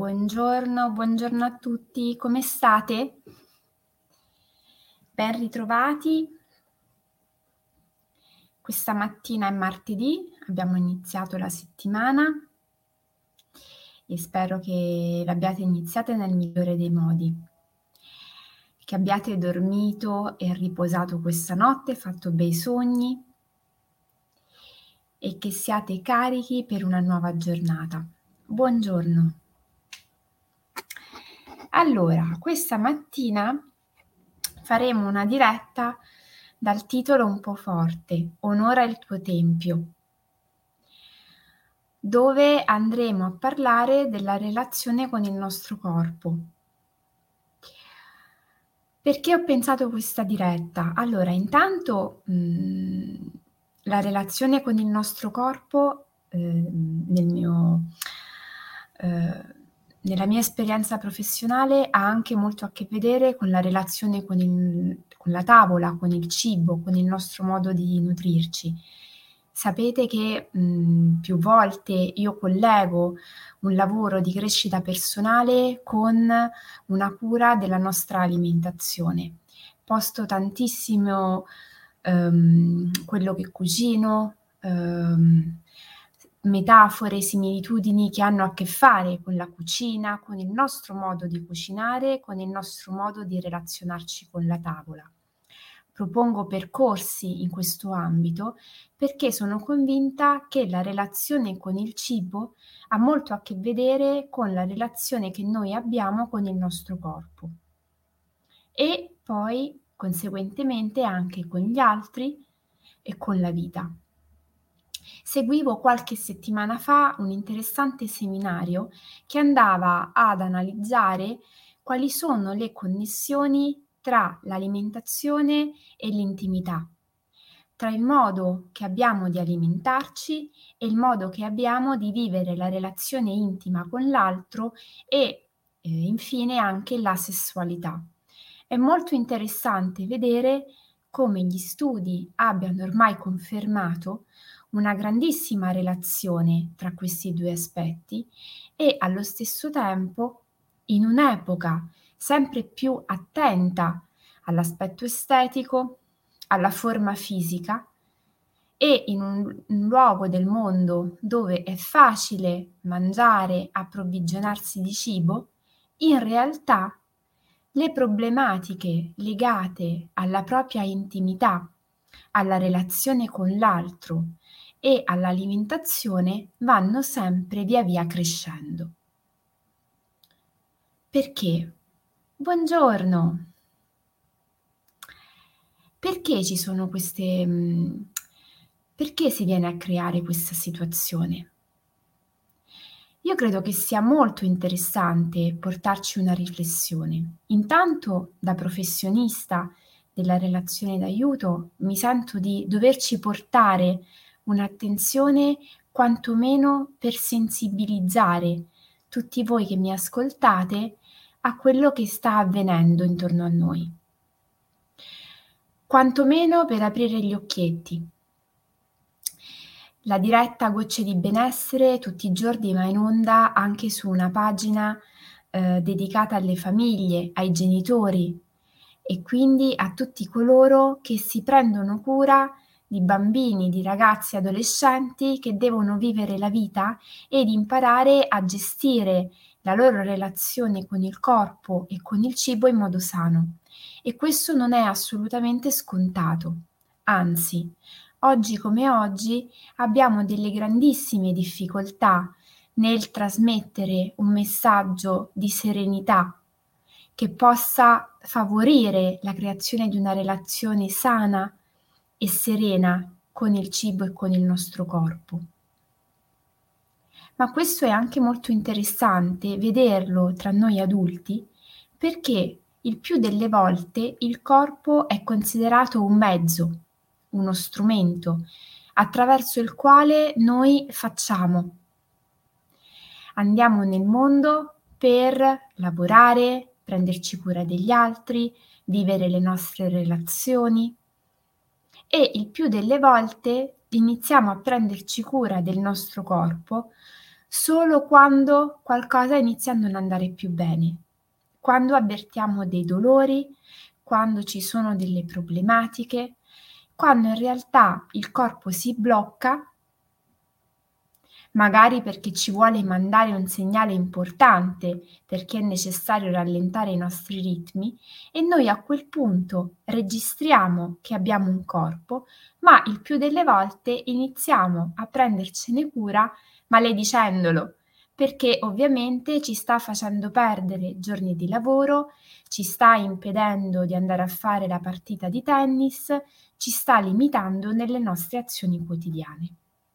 Buongiorno a tutti, come state? Ben ritrovati. Questa mattina è martedì, abbiamo iniziato la settimana e spero che l'abbiate iniziata nel migliore dei modi, che abbiate dormito e riposato questa notte, fatto bei sogni e che siate carichi per una nuova giornata. Buongiorno. Allora, questa mattina faremo una diretta dal titolo un po' forte, Onora il tuo tempio, dove andremo a parlare della relazione con il nostro corpo. Perché ho pensato questa diretta? Allora, intanto la relazione con il nostro corpo nella mia esperienza professionale ha anche molto a che vedere con la relazione con la tavola, con il cibo, con il nostro modo di nutrirci. Sapete che più volte io collego un lavoro di crescita personale con una cura della nostra alimentazione. Posto tantissimo quello che cucino, metafore, similitudini che hanno a che fare con la cucina, con il nostro modo di cucinare, con il nostro modo di relazionarci con la tavola. Propongo percorsi in questo ambito perché sono convinta che la relazione con il cibo ha molto a che vedere con la relazione che noi abbiamo con il nostro corpo e poi conseguentemente anche con gli altri e con la vita. Seguivo qualche settimana fa un interessante seminario che andava ad analizzare quali sono le connessioni tra l'alimentazione e l'intimità, tra il modo che abbiamo di alimentarci e il modo che abbiamo di vivere la relazione intima con l'altro e infine anche la sessualità. È molto interessante vedere come gli studi abbiano ormai confermato una grandissima relazione tra questi due aspetti e allo stesso tempo, in un'epoca sempre più attenta all'aspetto estetico, alla forma fisica e in un luogo del mondo dove è facile mangiare, approvvigionarsi di cibo, in realtà le problematiche legate alla propria intimità, alla relazione con l'altro e all'alimentazione vanno sempre via via crescendo. Perché? Buongiorno! Perché ci sono perché si viene a creare questa situazione? Io credo che sia molto interessante portarci una riflessione. Intanto, da professionista della relazione d'aiuto, mi sento di doverci portare un'attenzione quantomeno per sensibilizzare tutti voi che mi ascoltate a quello che sta avvenendo intorno a noi. Quantomeno per aprire gli occhietti. La diretta Gocce di benessere tutti i giorni va in onda anche su una pagina dedicata alle famiglie, ai genitori e quindi a tutti coloro che si prendono cura di bambini, di ragazzi, adolescenti che devono vivere la vita ed imparare a gestire la loro relazione con il corpo e con il cibo in modo sano. E questo non è assolutamente scontato, anzi, oggi come oggi abbiamo delle grandissime difficoltà nel trasmettere un messaggio di serenità che possa favorire la creazione di una relazione sana e serena con il cibo e con il nostro corpo. Ma questo è anche molto interessante vederlo tra noi adulti perché il più delle volte il corpo è considerato un mezzo, uno strumento attraverso il quale noi facciamo. Andiamo nel mondo per lavorare, prenderci cura degli altri, vivere le nostre relazioni e il più delle volte iniziamo a prenderci cura del nostro corpo solo quando qualcosa inizia a non andare più bene, quando avvertiamo dei dolori, quando ci sono delle problematiche, quando in realtà il corpo si blocca, magari perché ci vuole mandare un segnale importante, perché è necessario rallentare i nostri ritmi e noi a quel punto registriamo che abbiamo un corpo, ma il più delle volte iniziamo a prendercene cura maledicendolo, perché ovviamente ci sta facendo perdere giorni di lavoro, ci sta impedendo di andare a fare la partita di tennis, ci sta limitando nelle nostre azioni quotidiane.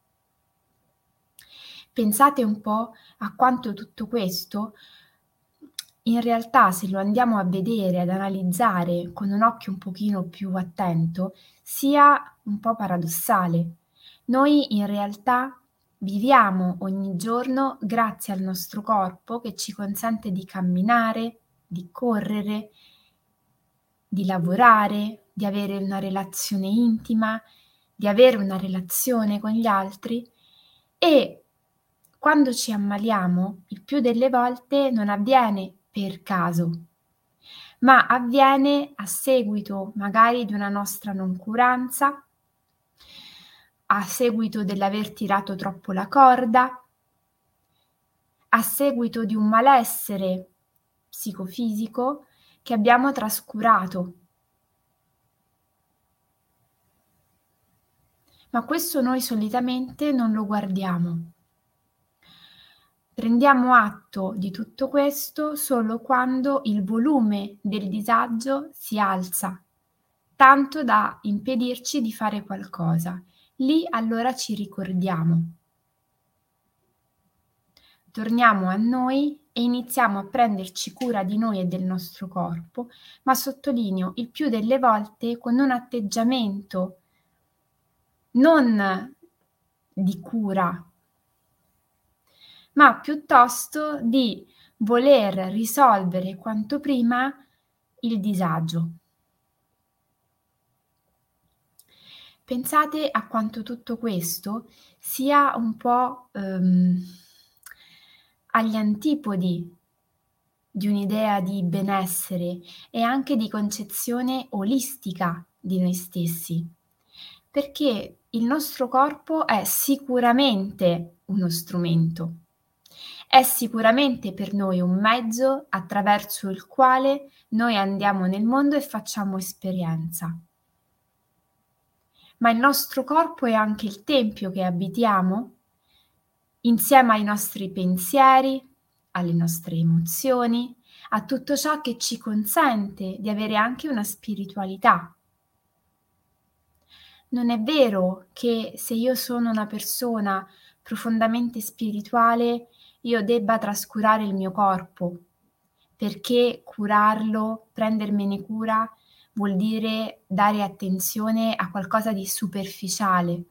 Pensate un po' a quanto tutto questo, in realtà, se lo andiamo a vedere, ad analizzare con un occhio un pochino più attento, sia un po' paradossale. Noi in realtà viviamo ogni giorno grazie al nostro corpo che ci consente di camminare, di correre, di lavorare, di avere una relazione intima, di avere una relazione con gli altri e quando ci ammaliamo, il più delle volte non avviene per caso, ma avviene a seguito magari di una nostra noncuranza, a seguito dell'aver tirato troppo la corda, a seguito di un malessere psicofisico che abbiamo trascurato. Ma questo noi solitamente non lo guardiamo. Prendiamo atto di tutto questo solo quando il volume del disagio si alza, tanto da impedirci di fare qualcosa. Lì allora ci ricordiamo. Torniamo a noi e iniziamo a prenderci cura di noi e del nostro corpo, ma sottolineo il più delle volte con un atteggiamento non di cura, ma piuttosto di voler risolvere quanto prima il disagio. Pensate a quanto tutto questo sia un po', agli antipodi di un'idea di benessere e anche di concezione olistica di noi stessi, perché il nostro corpo è sicuramente uno strumento. È sicuramente per noi un mezzo attraverso il quale noi andiamo nel mondo e facciamo esperienza. Ma il nostro corpo è anche il tempio che abitiamo, insieme ai nostri pensieri, alle nostre emozioni, a tutto ciò che ci consente di avere anche una spiritualità. Non è vero che se io sono una persona profondamente spirituale, io debba trascurare il mio corpo, perché curarlo, prendermene cura, vuol dire dare attenzione a qualcosa di superficiale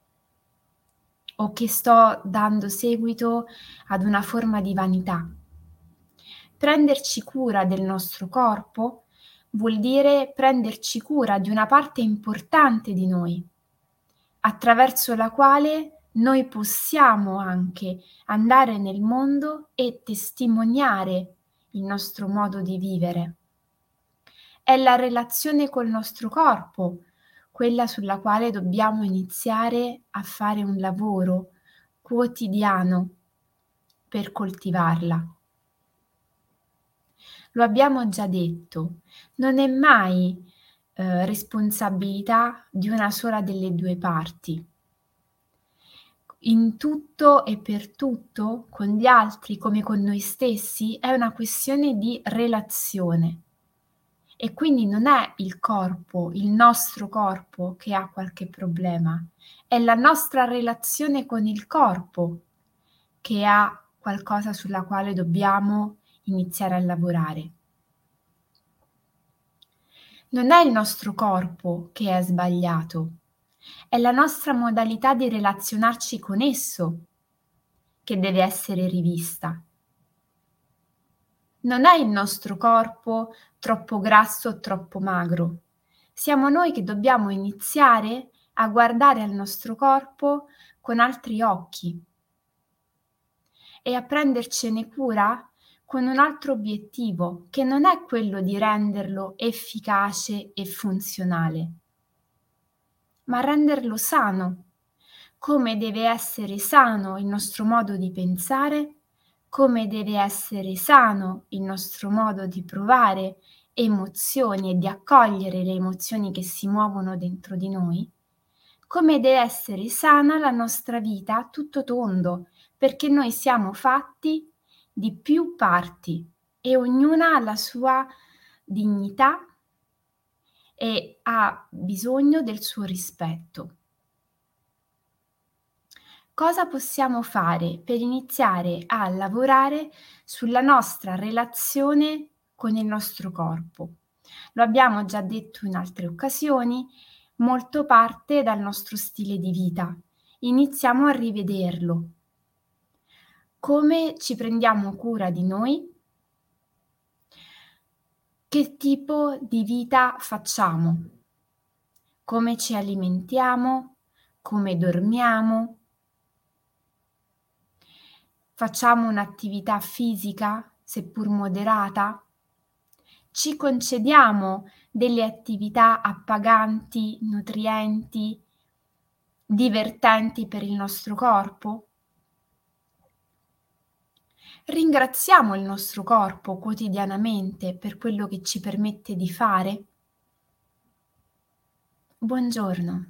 o che sto dando seguito ad una forma di vanità. Prenderci cura del nostro corpo vuol dire prenderci cura di una parte importante di noi, attraverso la quale noi possiamo anche andare nel mondo e testimoniare il nostro modo di vivere. È la relazione col nostro corpo, quella sulla quale dobbiamo iniziare a fare un lavoro quotidiano per coltivarla. Lo abbiamo già detto, non è mai, responsabilità di una sola delle 2 parti. In tutto e per tutto, con gli altri come con noi stessi, è una questione di relazione. E quindi non è il corpo, il nostro corpo che ha qualche problema, è la nostra relazione con il corpo che ha qualcosa sulla quale dobbiamo iniziare a lavorare. Non è il nostro corpo che è sbagliato, è la nostra modalità di relazionarci con esso che deve essere rivista. Non è il nostro corpo troppo grasso o troppo magro. Siamo noi che dobbiamo iniziare a guardare al nostro corpo con altri occhi. e a prendercene cura con un altro obiettivo, che non è quello di renderlo efficace e funzionale, ma renderlo sano, come deve essere sano il nostro modo di pensare, come deve essere sano il nostro modo di provare emozioni e di accogliere le emozioni che si muovono dentro di noi, come deve essere sana la nostra vita a tutto tondo, perché noi siamo fatti di più parti e ognuna ha la sua dignità e ha bisogno del suo rispetto. Cosa possiamo fare per iniziare a lavorare sulla nostra relazione con il nostro corpo? Lo abbiamo già detto in altre occasioni, molto parte dal nostro stile di vita. Iniziamo a rivederlo. Come ci prendiamo cura di noi? Che tipo di vita facciamo? Come ci alimentiamo? Come dormiamo? Facciamo un'attività fisica, seppur moderata? Ci concediamo delle attività appaganti, nutrienti, divertenti per il nostro corpo? Ringraziamo il nostro corpo quotidianamente per quello che ci permette di fare? Buongiorno.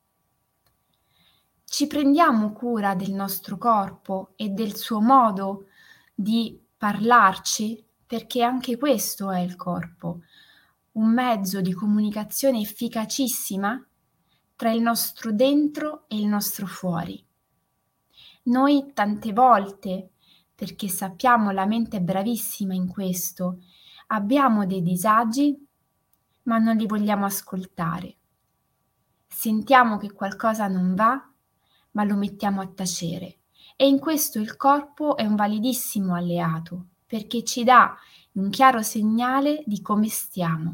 Ci prendiamo cura del nostro corpo e del suo modo di parlarci? Perché anche questo è il corpo, un mezzo di comunicazione efficacissima tra il nostro dentro e il nostro fuori. Noi tante volte, perché sappiamo la mente è bravissima in questo, abbiamo dei disagi, ma non li vogliamo ascoltare. Sentiamo che qualcosa non va, ma lo mettiamo a tacere. E in questo il corpo è un validissimo alleato, perché ci dà un chiaro segnale di come stiamo.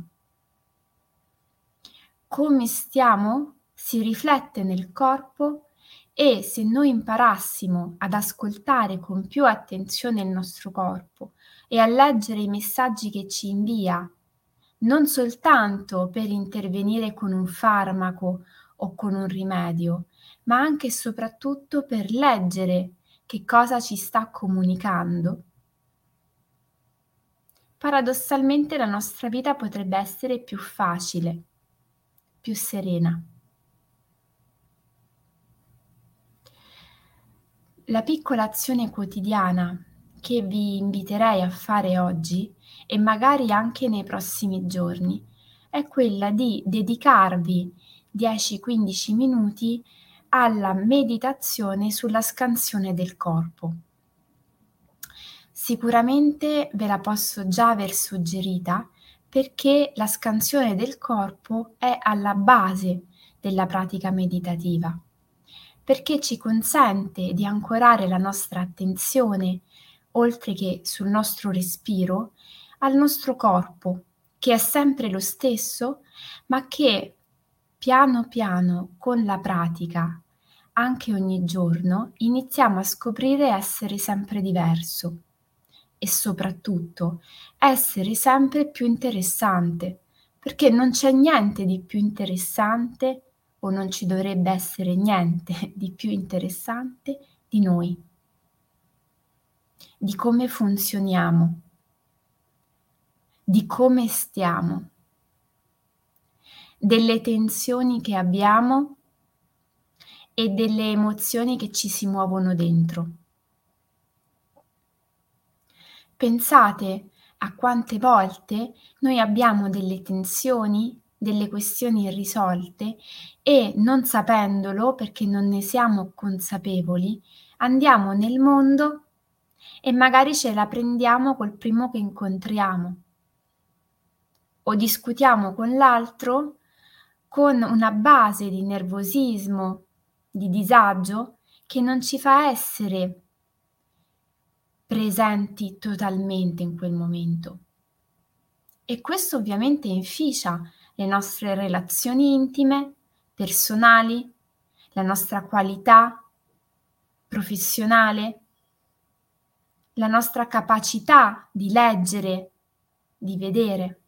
Come stiamo si riflette nel corpo e se noi imparassimo ad ascoltare con più attenzione il nostro corpo e a leggere i messaggi che ci invia, non soltanto per intervenire con un farmaco o con un rimedio, ma anche e soprattutto per leggere che cosa ci sta comunicando, paradossalmente la nostra vita potrebbe essere più facile, più serena. La piccola azione quotidiana che vi inviterei a fare oggi e magari anche nei prossimi giorni è quella di dedicarvi 10-15 minuti alla meditazione sulla scansione del corpo. Sicuramente ve la posso già aver suggerita perché la scansione del corpo è alla base della pratica meditativa, perché ci consente di ancorare la nostra attenzione, oltre che sul nostro respiro, al nostro corpo, che è sempre lo stesso, ma che piano piano con la pratica, anche ogni giorno, iniziamo a scoprire essere sempre diverso e soprattutto essere sempre più interessante, perché non c'è niente di più interessante o non ci dovrebbe essere niente di più interessante di noi, di come funzioniamo, di come stiamo, delle tensioni che abbiamo e delle emozioni che ci si muovono dentro. Pensate a quante volte noi abbiamo delle tensioni, delle questioni irrisolte e non sapendolo, perché non ne siamo consapevoli, andiamo nel mondo e magari ce la prendiamo col primo che incontriamo o discutiamo con l'altro con una base di nervosismo, di disagio che non ci fa essere presenti totalmente in quel momento. E questo ovviamente inficia le nostre relazioni intime, personali, la nostra qualità professionale. la nostra capacità di leggere, di vedere.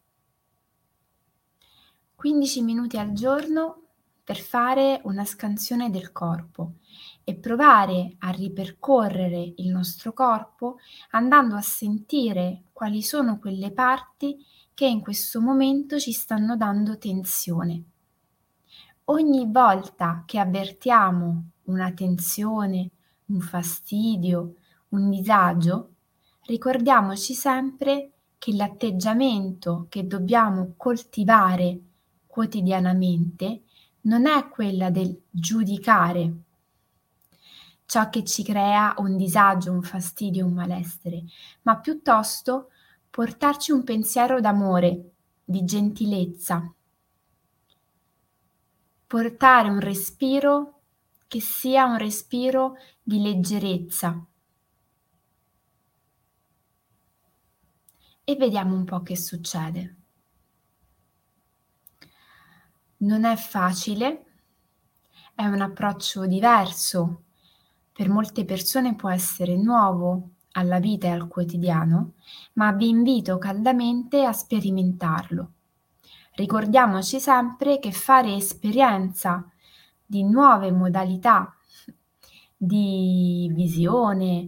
15 minuti al giorno per fare una scansione del corpo e provare a ripercorrere il nostro corpo andando a sentire quali sono quelle parti che in questo momento ci stanno dando tensione. Ogni volta che avvertiamo una tensione, un fastidio, un disagio, ricordiamoci sempre che l'atteggiamento che dobbiamo coltivare quotidianamente non è quella del giudicare ciò che ci crea un disagio, un fastidio, un malessere, ma piuttosto portarci un pensiero d'amore, di gentilezza, portare un respiro che sia un respiro di leggerezza. E vediamo un po' che succede. Non è facile, è un approccio diverso, per molte persone può essere nuovo alla vita e al quotidiano, ma vi invito caldamente a sperimentarlo. Ricordiamoci sempre che fare esperienza di nuove modalità di visione,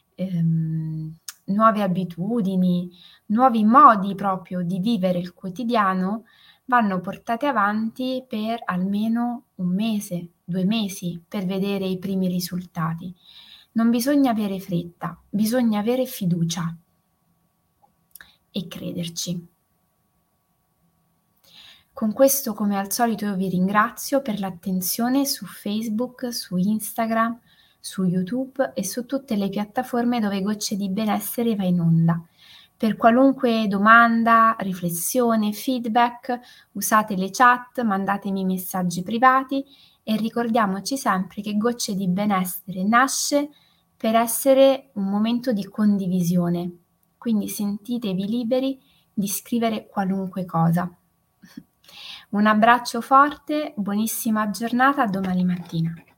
nuove abitudini, nuovi modi proprio di vivere il quotidiano vanno portate avanti per almeno 1 mese, 2 mesi per vedere i primi risultati. Non bisogna avere fretta, bisogna avere fiducia e crederci. Con questo, come al solito, io vi ringrazio per l'attenzione su Facebook, su Instagram, su YouTube e su tutte le piattaforme dove Gocce di Benessere va in onda. Per qualunque domanda, riflessione, feedback, usate le chat, mandatemi messaggi privati e ricordiamoci sempre che Gocce di Benessere nasce per essere un momento di condivisione. Quindi sentitevi liberi di scrivere qualunque cosa. Un abbraccio forte, buonissima giornata, a domani mattina.